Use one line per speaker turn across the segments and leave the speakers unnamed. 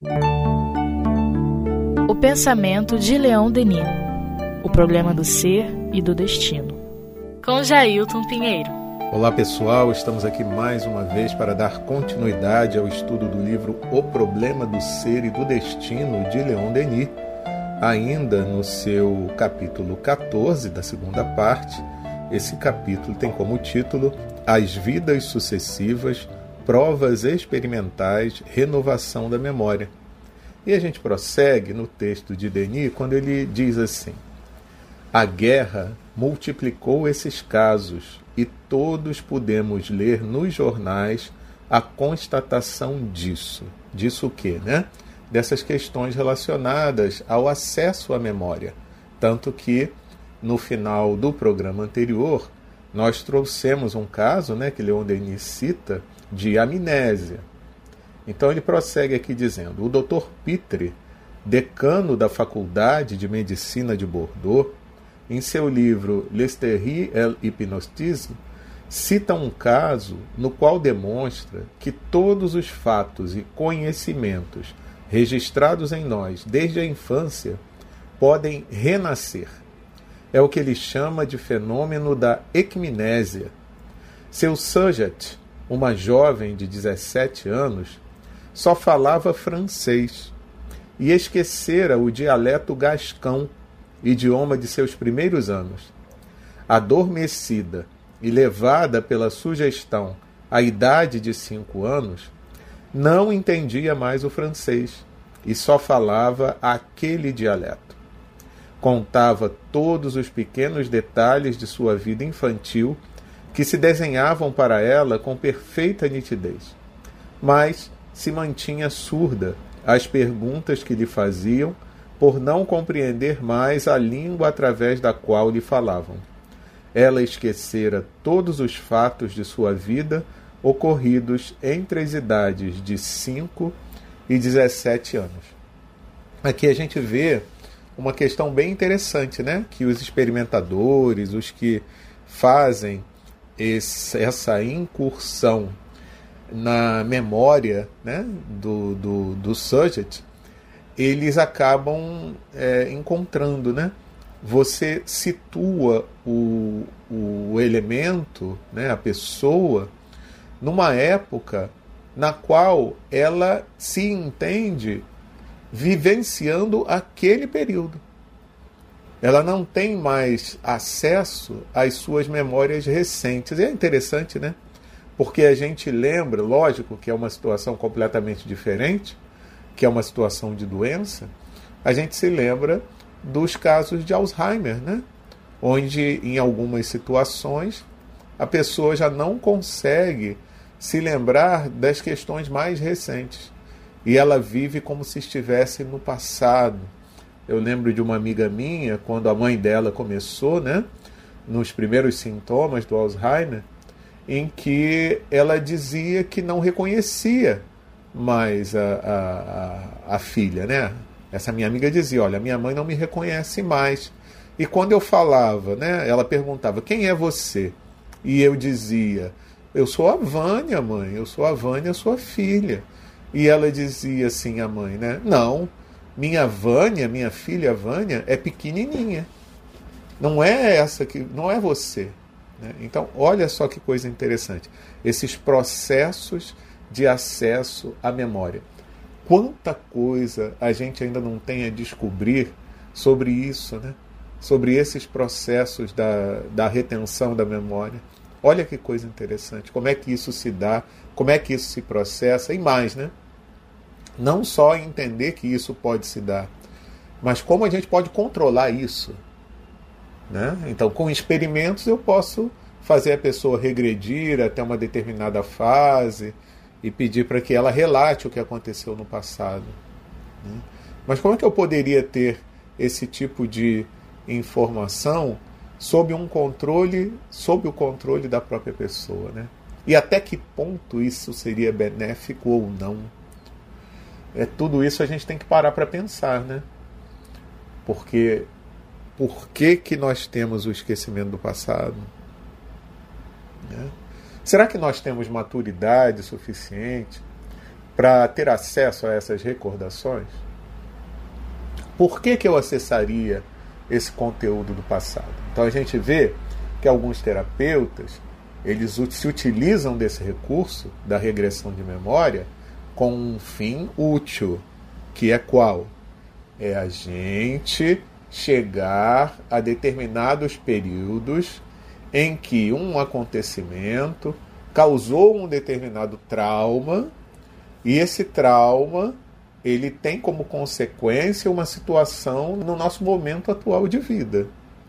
O pensamento de Leon Denis. O problema do ser e do destino. Com Jailton Pinheiro.
Olá pessoal, estamos aqui mais uma vez para dar continuidade ao estudo do livro O Problema do Ser e do Destino, de Leon Denis, ainda no seu capítulo 14 da segunda parte. Esse capítulo tem como título As Vidas Sucessivas, Provas Experimentais, Renovação da Memória. E a gente prossegue no texto de Denis quando ele diz assim: a guerra multiplicou esses casos e todos podemos ler nos jornais a constatação disso. Disso o quê, né? Dessas questões relacionadas ao acesso à memória. Tanto que, no final do programa anterior, nós trouxemos um caso, né, que Leon Denis cita, de amnésia. Então ele prossegue aqui dizendo: o Dr. Pitre, decano da Faculdade de Medicina de Bordeaux, em seu livro L'Hystérie et l'Hypnotisme, cita um caso no qual demonstra que todos os fatos e conhecimentos registrados em nós desde a infância podem renascer. É o que ele chama de fenômeno da ecmnésia. Seu sujet, uma jovem de 17 anos, só falava francês e esquecera o dialeto gascão, idioma de seus primeiros anos. Adormecida e levada pela sugestão à idade de 5 anos, não entendia mais o francês e só falava aquele dialeto. Contava todos os pequenos detalhes de sua vida infantil que se desenhavam para ela com perfeita nitidez, mas se mantinha surda às perguntas que lhe faziam por não compreender mais a língua através da qual lhe falavam. Ela esquecera todos os fatos de sua vida ocorridos entre as idades de 5 e 17 anos. Aqui a gente vê uma questão bem interessante, né? Que os experimentadores, os que fazem essa incursão na memória, né, do subject, eles acabam encontrando, né? Você situa o elemento, né, a pessoa, numa época na qual ela se entende vivenciando aquele período. Ela não tem mais acesso às suas memórias recentes. E é interessante, né? Porque a gente lembra, lógico que é uma situação completamente diferente, que é uma situação de doença, a gente se lembra dos casos de Alzheimer, né? Onde, em algumas situações, a pessoa já não consegue se lembrar das questões mais recentes. E ela vive como se estivesse no passado. Eu lembro de uma amiga minha, quando a mãe dela começou, né, nos primeiros sintomas do Alzheimer, em que ela dizia que não reconhecia mais a filha, né? Essa minha amiga dizia: olha, minha mãe não me reconhece mais. E quando eu falava, né, ela perguntava: quem é você? E eu dizia: eu sou a Vânia, mãe, eu sou a Vânia, sua filha. E ela dizia assim, a mãe, né? Não, minha Vânia, minha filha Vânia, é pequenininha. Não é essa que, não é você. Né? Então, olha só que coisa interessante. Esses processos de acesso à memória. Quanta coisa a gente ainda não tem a descobrir sobre isso, né? Sobre esses processos da retenção da memória. Olha que coisa interessante. Como é que isso se dá, como é que isso se processa e mais, né? Não só entender que isso pode se dar, mas como a gente pode controlar isso. Né? Então, com experimentos eu posso fazer a pessoa regredir até uma determinada fase e pedir para que ela relate o que aconteceu no passado. Né? Mas como é que eu poderia ter esse tipo de informação sob o controle da própria pessoa? Né? E até que ponto isso seria benéfico ou não? Tudo isso a gente tem que parar para pensar, né? Porque por que nós temos o esquecimento do passado? Né? Será que nós temos maturidade suficiente para ter acesso a essas recordações, por que eu acessaria esse conteúdo do passado? Então a gente vê que alguns terapeutas, eles se utilizam desse recurso da regressão de memória com um fim útil, que é qual? É a gente chegar a determinados períodos em que um acontecimento causou um determinado trauma, e esse trauma ele tem como consequência uma situação no nosso momento atual de vida.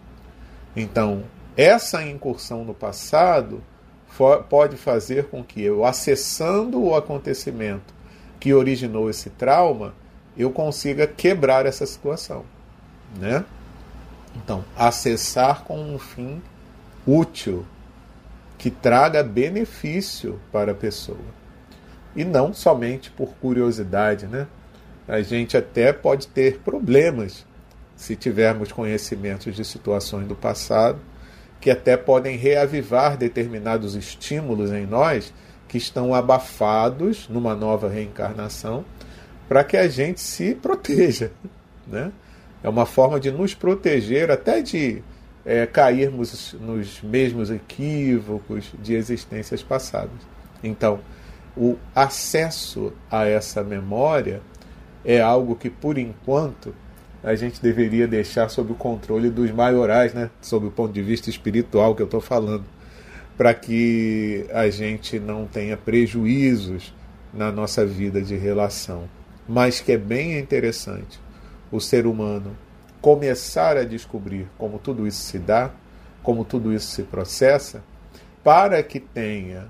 Então, essa incursão no passado pode fazer com que eu, acessando o acontecimento que originou esse trauma, eu consiga quebrar essa situação, né? Então, acessar com um fim útil, que traga benefício para a pessoa. E não somente por curiosidade, né? A gente até pode ter problemas se tivermos conhecimentos de situações do passado que até podem reavivar determinados estímulos em nós que estão abafados numa nova reencarnação, para que a gente se proteja, né? É uma forma de nos proteger até de cairmos nos mesmos equívocos de existências passadas. Então, o acesso a essa memória é algo que, por enquanto, a gente deveria deixar sob o controle dos maiorais, né? Sob o ponto de vista espiritual que eu estou falando, para que a gente não tenha prejuízos na nossa vida de relação. Mas que é bem interessante o ser humano começar a descobrir como tudo isso se dá, como tudo isso se processa, para que tenha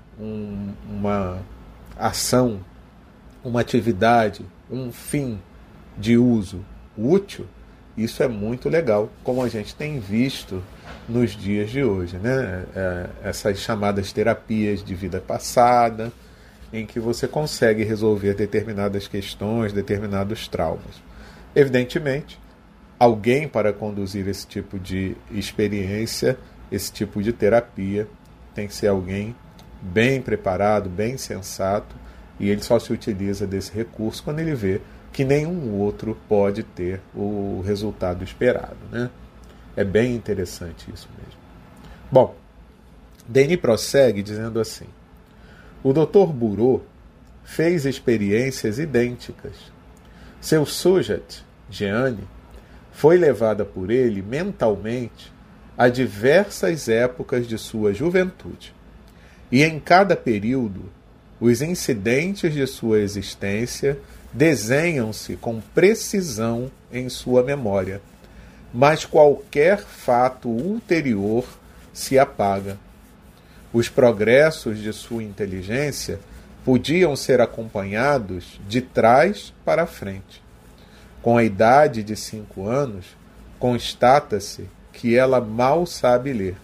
uma ação, uma atividade, um fim de uso útil. Isso é muito legal, como a gente tem visto nos dias de hoje, né? Essas chamadas terapias de vida passada, em que você consegue resolver determinadas questões, determinados traumas. Evidentemente, alguém para conduzir esse tipo de experiência, esse tipo de terapia, tem que ser alguém bem preparado, bem sensato, e ele só se utiliza desse recurso quando ele vê que nenhum outro pode ter o resultado esperado, né? É bem interessante isso mesmo. Bom, Denis prossegue dizendo assim: o Dr. Bureau fez experiências idênticas. Seu sujet, Jeanne, foi levada por ele mentalmente a diversas épocas de sua juventude. E em cada período, os incidentes de sua existência desenham-se com precisão em sua memória, mas qualquer fato ulterior se apaga. Os progressos de sua inteligência podiam ser acompanhados de trás para frente. Com a idade de 5 anos, constata-se que ela mal sabe ler.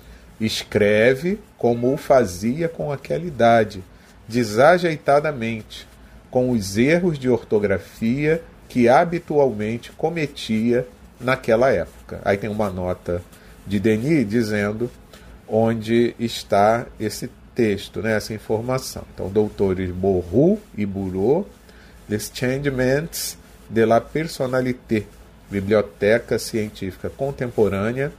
Escreve como o fazia com aquela idade, desajeitadamente, com os erros de ortografia que habitualmente cometia naquela época. Aí tem uma nota de Denis dizendo onde está esse texto, né, essa informação. Então, doutores Borroux e Bureau, Les Changements de la Personnalité, Biblioteca Científica Contemporânea,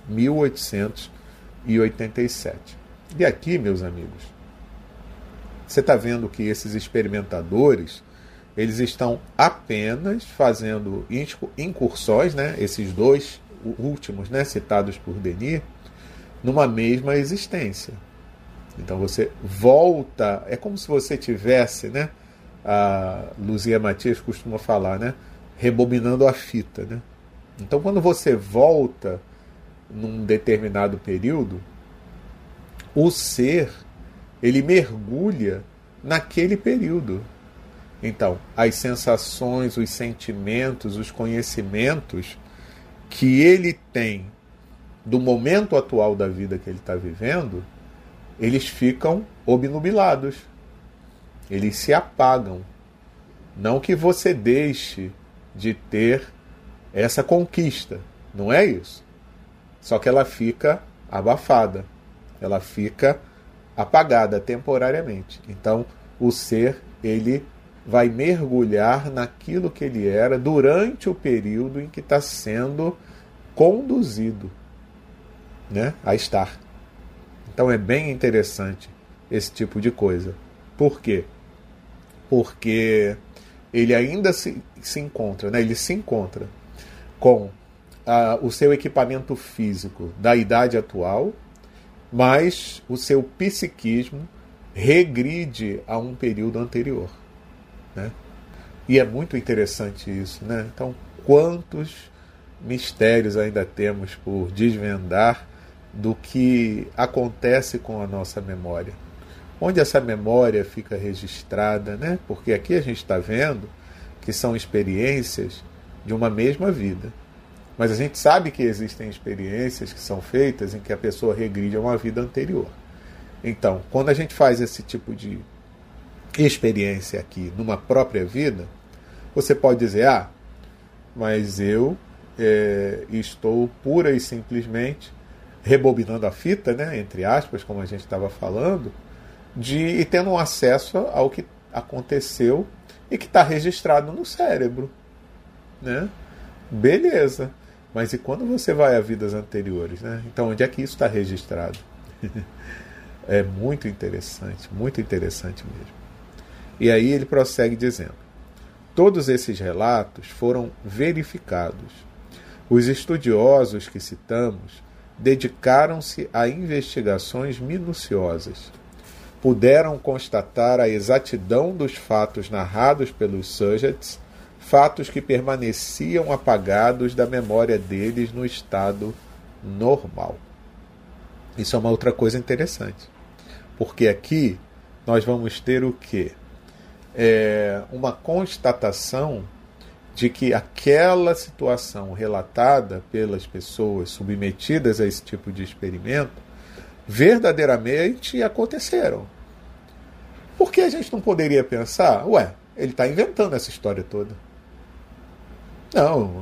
1887. E aqui, meus amigos, você está vendo que esses experimentadores, eles estão apenas fazendo incursões, né, esses dois últimos, né, citados por Denis, numa mesma existência. Então você volta, é como se você tivesse, né, a Luzia Matias costuma falar, né, rebobinando a fita, né? Então quando você volta num determinado período, o ser, ele mergulha naquele período. Então, as sensações, os sentimentos, os conhecimentos que ele tem do momento atual da vida que ele está vivendo, eles ficam obnubilados. Eles se apagam. Não que você deixe de ter essa conquista. Não é isso. Só que ela fica abafada. Ela fica apagada temporariamente. Então, o ser, ele vai mergulhar naquilo que ele era durante o período em que está sendo conduzido, né, a estar. Então é bem interessante esse tipo de coisa. Por quê? Porque ele ainda se encontra, né, ele se encontra com o seu equipamento físico da idade atual, mas o seu psiquismo regride a um período anterior, né? E é muito interessante isso, né? Então, quantos mistérios ainda temos por desvendar do que acontece com a nossa memória? Onde essa memória fica registrada, né? Porque aqui a gente está vendo que são experiências de uma mesma vida. Mas a gente sabe que existem experiências que são feitas em que a pessoa regride a uma vida anterior. Então, quando a gente faz esse tipo de experiência aqui numa própria vida, você pode dizer, mas eu estou pura e simplesmente rebobinando a fita, né, entre aspas, como a gente estava falando, e tendo um acesso ao que aconteceu e que está registrado no cérebro, né? Beleza. Mas e quando você vai a vidas anteriores, né? Então, onde é que isso está registrado? É muito interessante mesmo. E aí ele prossegue dizendo: todos esses relatos foram verificados. Os estudiosos que citamos dedicaram-se a investigações minuciosas. Puderam constatar a exatidão dos fatos narrados pelos subjects, fatos que permaneciam apagados da memória deles no estado normal. Isso é uma outra coisa interessante, porque aqui nós vamos ter o quê? Uma constatação de que aquela situação relatada pelas pessoas submetidas a esse tipo de experimento verdadeiramente aconteceram. Por que a gente não poderia pensar, ele está inventando essa história toda? Não,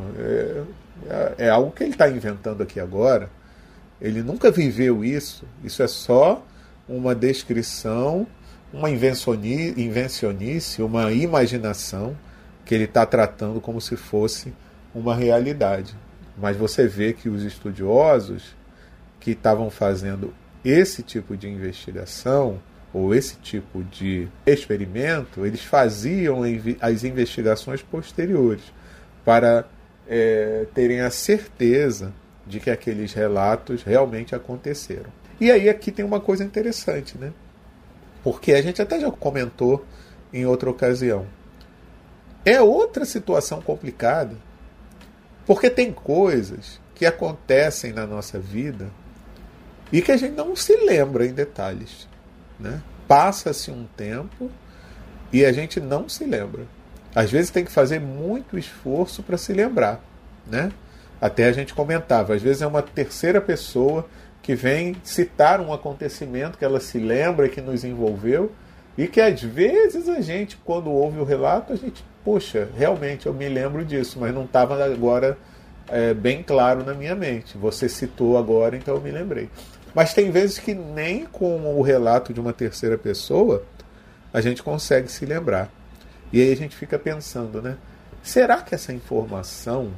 é algo que ele está inventando aqui agora. Ele nunca viveu isso. Isso é só uma descrição, uma invencionice, uma imaginação que ele está tratando como se fosse uma realidade. Mas você vê que os estudiosos que estavam fazendo esse tipo de investigação ou esse tipo de experimento, eles faziam as investigações posteriores para terem a certeza de que aqueles relatos realmente aconteceram. E aí aqui tem uma coisa interessante, né? Porque a gente até já comentou em outra ocasião. É outra situação complicada, porque tem coisas que acontecem na nossa vida e que a gente não se lembra em detalhes, né? Passa-se um tempo e a gente não se lembra. Às vezes tem que fazer muito esforço para se lembrar, né? Até a gente comentava, às vezes é uma terceira pessoa que vem citar um acontecimento que ela se lembra e que nos envolveu, e que às vezes a gente, quando ouve o relato, a gente, poxa, realmente eu me lembro disso, mas não estava agora bem claro na minha mente. Você citou agora, então eu me lembrei. Mas tem vezes que nem com o relato de uma terceira pessoa a gente consegue se lembrar. E aí a gente fica pensando, né? Será que essa informação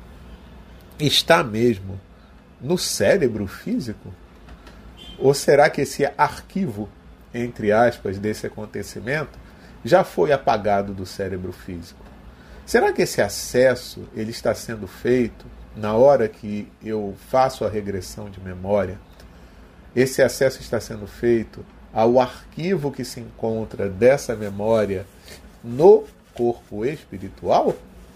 está mesmo no cérebro físico? Ou será que esse arquivo, entre aspas, desse acontecimento já foi apagado do cérebro físico? Será que esse acesso ele está sendo feito na hora que eu faço a regressão de memória? Esse acesso está sendo feito ao arquivo que se encontra dessa memória no corpo espiritual?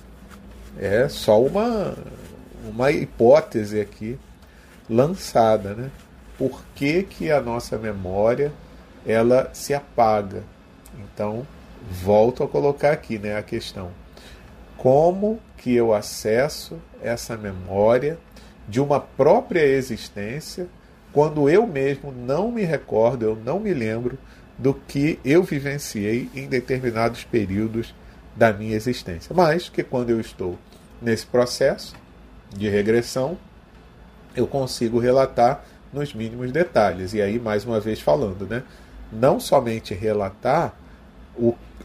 É só uma hipótese aqui lançada, né? Por que a nossa memória ela se apaga? Então, volto a colocar aqui, né, a questão. Como que eu acesso essa memória de uma própria existência quando eu mesmo não me recordo, eu não me lembro do que eu vivenciei em determinados períodos da minha existência? Mas que quando eu estou nesse processo de regressão, eu consigo relatar nos mínimos detalhes. E aí, mais uma vez falando, né? Não somente relatar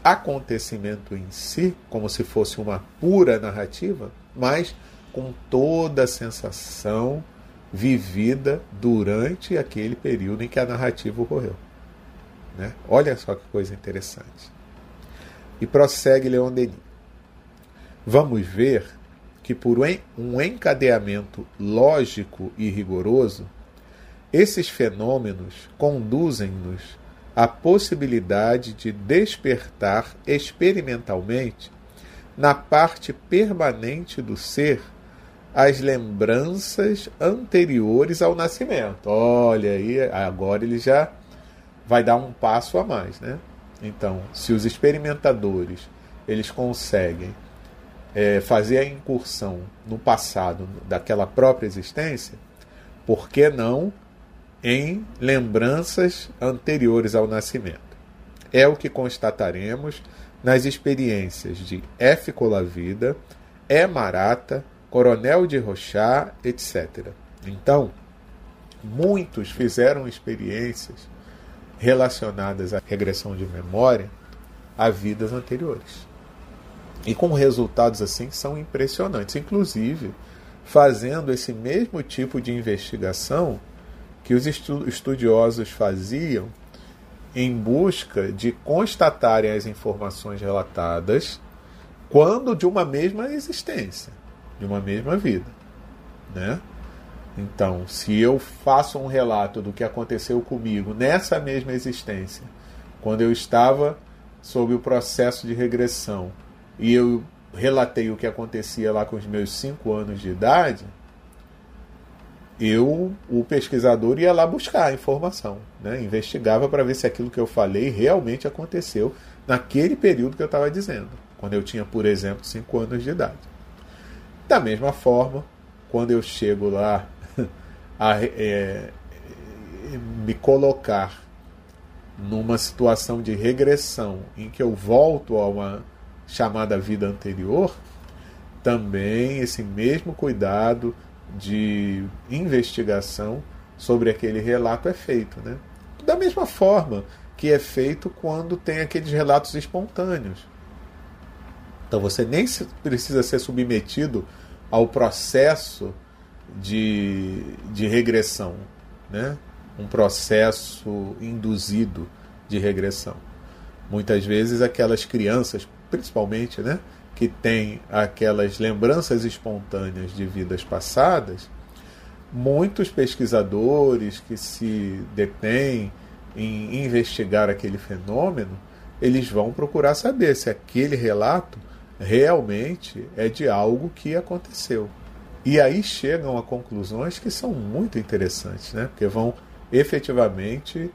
acontecimento em si, como se fosse uma pura narrativa, mas com toda a sensação vivida durante aquele período em que a narrativa ocorreu. Né? Olha só que coisa interessante. E prossegue Leon Denis. Vamos ver que por um encadeamento lógico e rigoroso, esses fenômenos conduzem-nos à possibilidade de despertar experimentalmente, na parte permanente do ser, as lembranças anteriores ao nascimento. Olha aí, agora ele já vai dar um passo a mais, né? Então, se os experimentadores eles conseguem fazer a incursão no passado daquela própria existência, por que não em lembranças anteriores ao nascimento? É o que constataremos nas experiências de F. Colavida, E. Marata, Coronel de Rochat, etc. Então, muitos fizeram experiências relacionadas à regressão de memória a vidas anteriores. E com resultados assim que são impressionantes. Inclusive, fazendo esse mesmo tipo de investigação que os estudiosos faziam em busca de constatarem as informações relatadas quando de uma mesma existência, de uma mesma vida, né? Então, se eu faço um relato do que aconteceu comigo nessa mesma existência, quando eu estava sob o processo de regressão, e eu relatei o que acontecia lá com os meus 5 anos de idade, o pesquisador ia lá buscar a informação, né? Investigava para ver se aquilo que eu falei realmente aconteceu naquele período que eu estava dizendo, quando eu tinha, por exemplo, 5 anos de idade. Da mesma forma, quando eu chego lá a me colocar numa situação de regressão em que eu volto a uma chamada vida anterior, também esse mesmo cuidado de investigação sobre aquele relato é feito, né? Da mesma forma que é feito quando tem aqueles relatos espontâneos. Então você nem precisa ser submetido ao processo de regressão, né? Um processo induzido de regressão. Muitas vezes aquelas crianças, principalmente, né, que têm aquelas lembranças espontâneas de vidas passadas, muitos pesquisadores que se detêm em investigar aquele fenômeno, eles vão procurar saber se aquele relato realmente é de algo que aconteceu. E aí chegam a conclusões que são muito interessantes, né? Porque vão efetivamente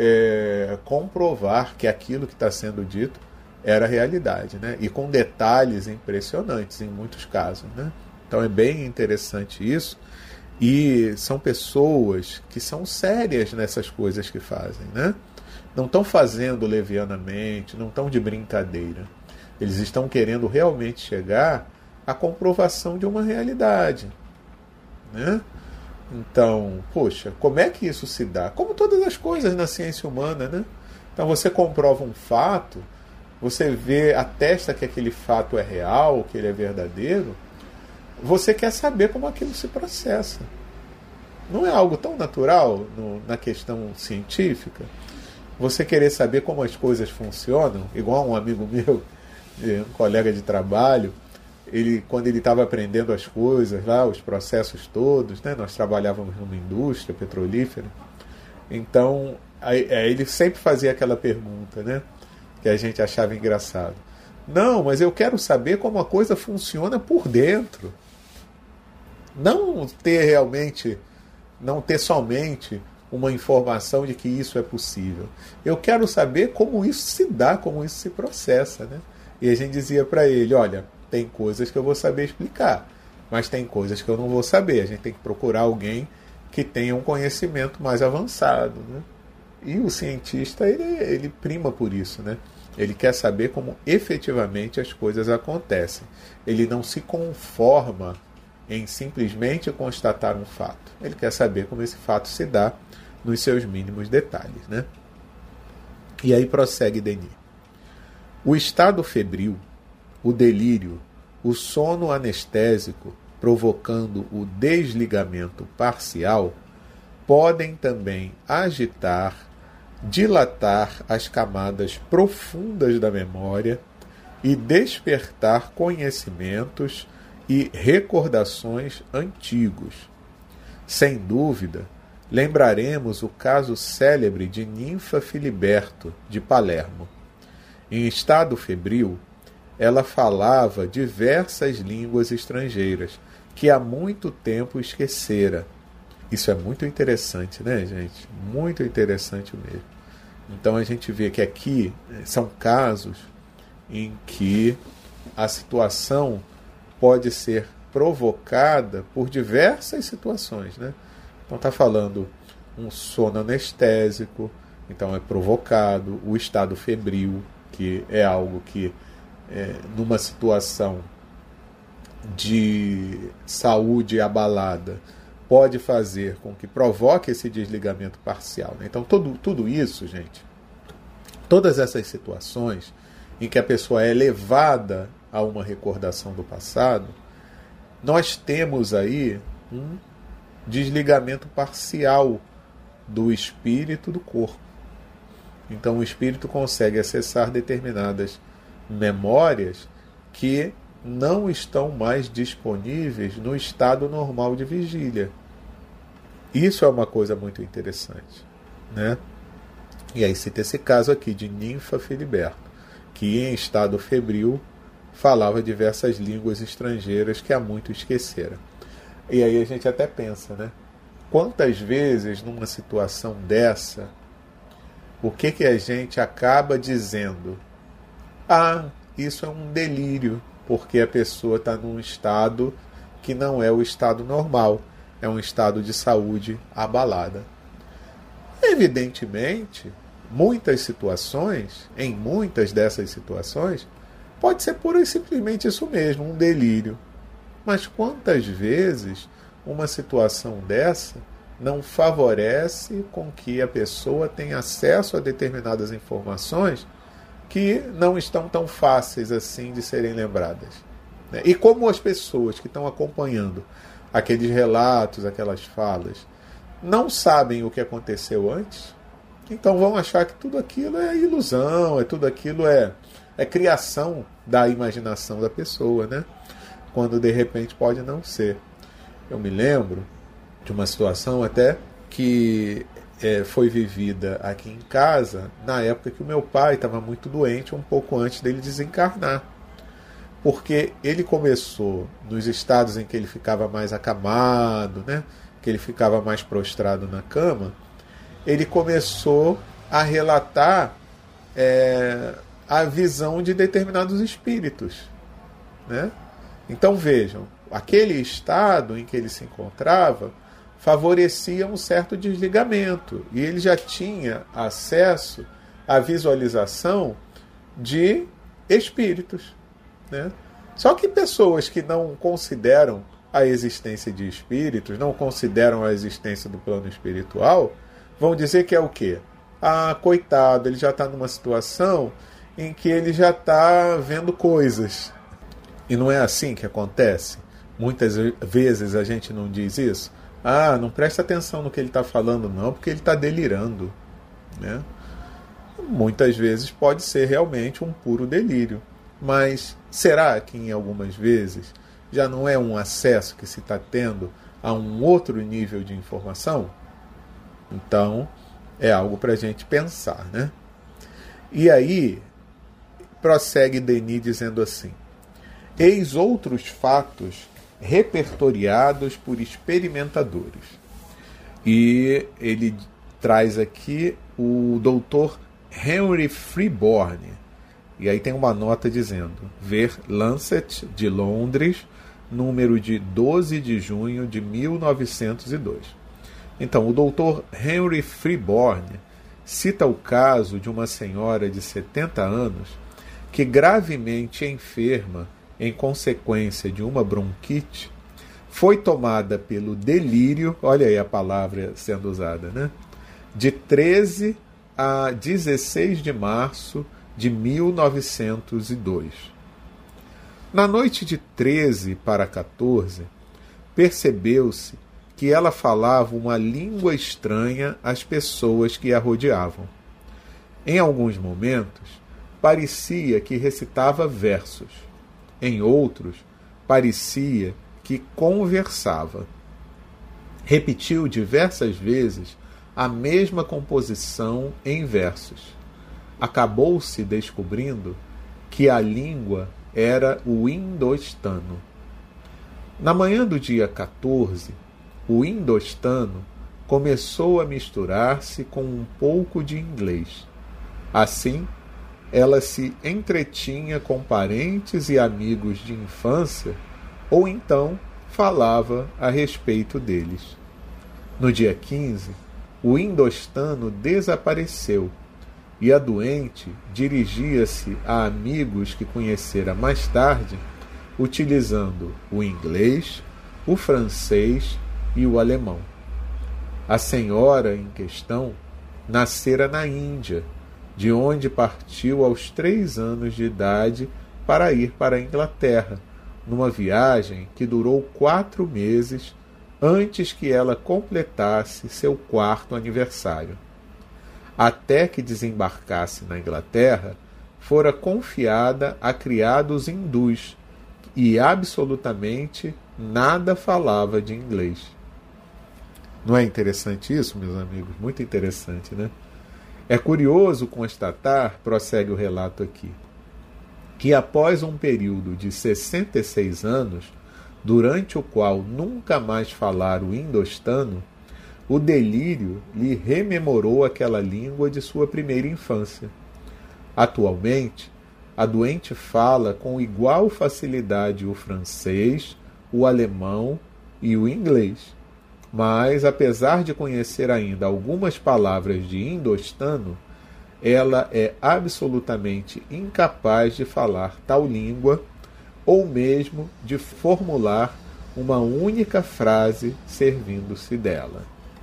comprovar que aquilo que está sendo dito era realidade, né? E com detalhes impressionantes em muitos casos, né? Então é bem interessante isso. E são pessoas que são sérias nessas coisas que fazem, né? Não estão fazendo levianamente, não estão de brincadeira. Eles estão querendo realmente chegar à comprovação de uma realidade, né? Então, poxa, como é que isso se dá? Como todas as coisas na ciência humana, né? Então você comprova um fato, você atesta que aquele fato é real, que ele é verdadeiro, você quer saber como aquilo se processa. Não é algo tão natural na questão científica? Você querer saber como as coisas funcionam, igual um amigo meu, um colega de trabalho, quando ele estava aprendendo as coisas lá, os processos todos, né? Nós trabalhávamos numa indústria petrolífera, então ele sempre fazia aquela pergunta, né? Que a gente achava engraçado. Não, mas eu quero saber como a coisa funciona por dentro. Não ter somente uma informação de que isso é possível. Eu quero saber como isso se dá, como isso se processa, né? E a gente dizia para ele, olha, tem coisas que eu vou saber explicar, mas tem coisas que eu não vou saber. A gente tem que procurar alguém que tenha um conhecimento mais avançado, né? E o cientista, ele prima por isso, né? Ele quer saber como efetivamente as coisas acontecem. Ele não se conforma em simplesmente constatar um fato. Ele quer saber como esse fato se dá nos seus mínimos detalhes, né? E aí prossegue Denis. O estado febril, o delírio, o sono anestésico, provocando o desligamento parcial, podem também agitar, dilatar as camadas profundas da memória e despertar conhecimentos e recordações antigos. Sem dúvida, lembraremos o caso célebre de Ninfa Filiberto, de Palermo. Em estado febril, ela falava diversas línguas estrangeiras que há muito tempo esquecera. Isso é muito interessante, né, gente? Muito interessante mesmo. Então a gente vê que aqui são casos em que a situação pode ser provocada por diversas situações, né? Então está falando um sono anestésico, então é provocado, o estado febril, que é algo que numa situação de saúde abalada pode fazer com que provoque esse desligamento parcial, né? Então tudo isso, gente, todas essas situações em que a pessoa é levada a uma recordação do passado, nós temos aí um desligamento parcial do espírito do corpo. Então o espírito consegue acessar determinadas memórias que não estão mais disponíveis no estado normal de vigília. Isso é uma coisa muito interessante, né? E aí cita esse caso aqui de Ninfa Filiberto, que em estado febril falava diversas línguas estrangeiras que há muito esquecera. E aí a gente até pensa, né? Quantas vezes numa situação dessa, o que a gente acaba dizendo? Ah, isso é um delírio, porque a pessoa está num estado que não é o estado normal, é um estado de saúde abalada. Evidentemente, muitas situações, em muitas dessas situações, pode ser pura e simplesmente isso mesmo, um delírio. Mas quantas vezes uma situação dessa não favorece com que a pessoa tenha acesso a determinadas informações que não estão tão fáceis assim de serem lembradas, né? E como as pessoas que estão acompanhando aqueles relatos, aquelas falas, não sabem o que aconteceu antes, então vão achar que tudo aquilo é ilusão, tudo aquilo é criação da imaginação da pessoa, né? Quando de repente pode não ser. Eu me lembro de uma situação até que foi vivida aqui em casa na época que o meu pai estava muito doente, um pouco antes dele desencarnar. Porque ele começou nos estados em que ele ficava mais acamado, né? Que ele ficava mais prostrado na cama, ele começou a relatar a visão de determinados espíritos, né? Então vejam, aquele estado em que ele se encontrava favorecia um certo desligamento, e ele já tinha acesso à visualização de espíritos, né? Só que pessoas que não consideram a existência de espíritos, não consideram a existência do plano espiritual, vão dizer que é o quê? Ah, coitado, ele já está numa situação em que ele já está vendo coisas. E não é assim que acontece? Muitas vezes a gente não diz isso. Ah, não presta atenção no que ele está falando não, porque ele está delirando, né? Muitas vezes pode ser realmente um puro delírio. Mas será que em algumas vezes já não é um acesso que se está tendo a um outro nível de informação? Então, é algo para a gente pensar, né? E aí, prossegue Denis dizendo assim: eis outros fatos repertoriados por experimentadores. E ele traz aqui o Dr. Henry Freeborn. E aí tem uma nota dizendo: ver Lancet de Londres, número de 12 de junho de 1902. Então, o Dr. Henry Freeborn cita o caso de uma senhora de 70 anos que, gravemente enferma em consequência de uma bronquite, foi tomada pelo delírio, olha aí a palavra sendo usada, né? De 13 a 16 de março de 1902. Na noite de 13 para 14, percebeu-se que ela falava uma língua estranha às pessoas que a rodeavam. Em alguns momentos, parecia que recitava versos. Em outros, parecia que conversava. Repetiu diversas vezes a mesma composição em versos. Acabou-se descobrindo que a língua era o indostano. Na manhã do dia 14, o indostano começou a misturar-se com um pouco de inglês. Assim, ela se entretinha com parentes e amigos de infância, ou então falava a respeito deles. No dia 15, o indostano desapareceu e a doente dirigia-se a amigos que conhecera mais tarde, utilizando o inglês, o francês e o alemão. A senhora em questão nascera na Índia, de onde partiu aos 3 anos de idade para ir para a Inglaterra, numa viagem que durou 4 meses antes que ela completasse seu 4º aniversário. Até que desembarcasse na Inglaterra, fora confiada a criados hindus e absolutamente nada falava de inglês. Não é interessante isso, meus amigos? Muito interessante, né? É curioso constatar, prossegue o relato aqui, que após um período de 66 anos, durante o qual nunca mais falara o indostano, o delírio lhe rememorou aquela língua de sua primeira infância. Atualmente, a doente fala com igual facilidade o francês, o alemão e o inglês. Mas, apesar de conhecer ainda algumas palavras de indostano, ela é absolutamente incapaz de falar tal língua ou mesmo de formular uma única frase servindo-se dela.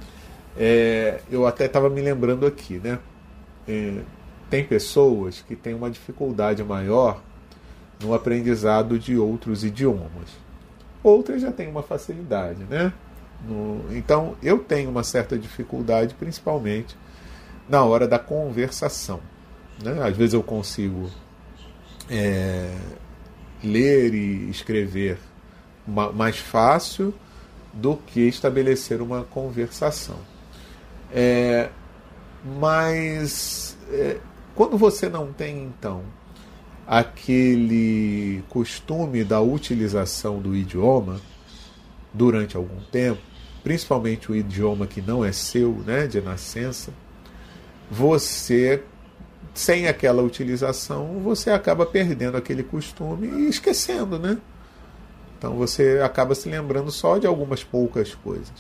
Eu até estava me lembrando aqui, né? Tem pessoas que têm uma dificuldade maior no aprendizado de outros idiomas. Outras já têm uma facilidade, né? Então, eu tenho uma certa dificuldade, principalmente na hora da conversação, né? Às vezes eu consigo ler e escrever mais fácil do que estabelecer uma conversação. Mas quando você não tem, então, aquele costume da utilização do idioma durante algum tempo, principalmente o idioma que não é seu, né, de nascença, você, sem aquela utilização, você acaba perdendo aquele costume e esquecendo, né? Então você acaba se lembrando só de algumas poucas coisas.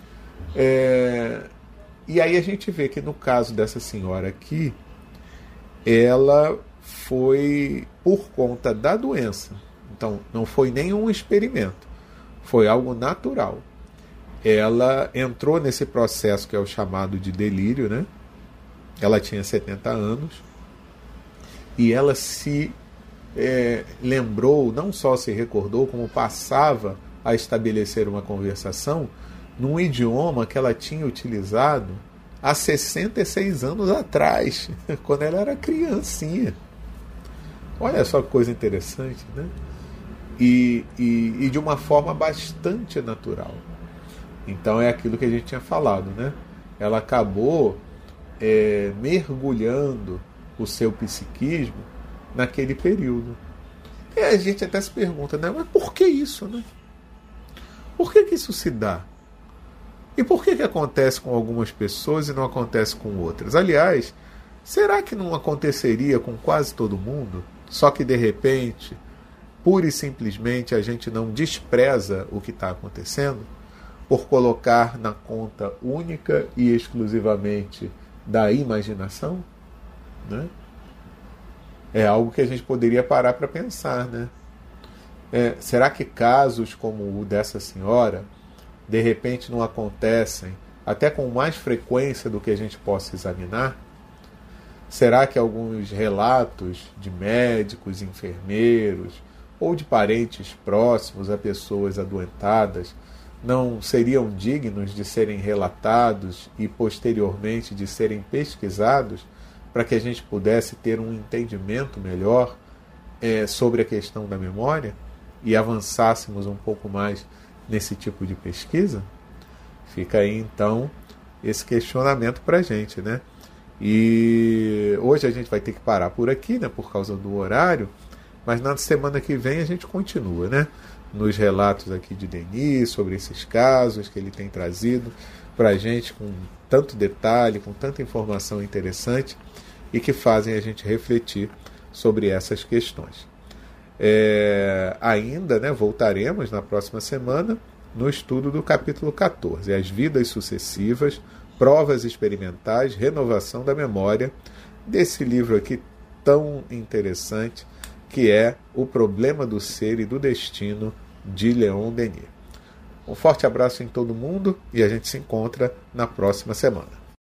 E aí a gente vê que no caso dessa senhora aqui, ela foi por conta da doença. Então não foi nenhum experimento, foi algo natural. Ela entrou nesse processo que é o chamado de delírio, né? Ela tinha 70 anos e ela se lembrou, não só se recordou, como passava a estabelecer uma conversação num idioma que ela tinha utilizado há 66 anos atrás, quando ela era criancinha. Olha só que coisa interessante, né? E de uma forma bastante natural. Então é aquilo que a gente tinha falado, né? Ela acabou mergulhando o seu psiquismo naquele período. E a gente até se pergunta, né? Mas por que isso, né? Por que isso se dá? E por que acontece com algumas pessoas e não acontece com outras? Aliás, será que não aconteceria com quase todo mundo? Só que de repente, pura e simplesmente, a gente não despreza o que está acontecendo por colocar na conta única e exclusivamente da imaginação, né? É algo que a gente poderia parar para pensar, né? Será que casos como o dessa senhora, de repente, não acontecem até com mais frequência do que a gente possa examinar? Será que alguns relatos de médicos, enfermeiros ou de parentes próximos a pessoas adoentadas não seriam dignos de serem relatados e posteriormente de serem pesquisados para que a gente pudesse ter um entendimento melhor sobre a questão da memória e avançássemos um pouco mais nesse tipo de pesquisa? Fica aí então esse questionamento para a gente, né? E hoje a gente vai ter que parar por aqui, né, por causa do horário, mas na semana que vem a gente continua, né, nos relatos aqui de Denis sobre esses casos que ele tem trazido para a gente com tanto detalhe, com tanta informação interessante e que fazem a gente refletir sobre essas questões. Ainda, né, voltaremos na próxima semana no estudo do capítulo 14, as vidas sucessivas, provas experimentais, renovação da memória, desse livro aqui tão interessante, que é O Problema do Ser e do Destino, de Leon Denis. Um forte abraço em todo mundo e a gente se encontra na próxima semana.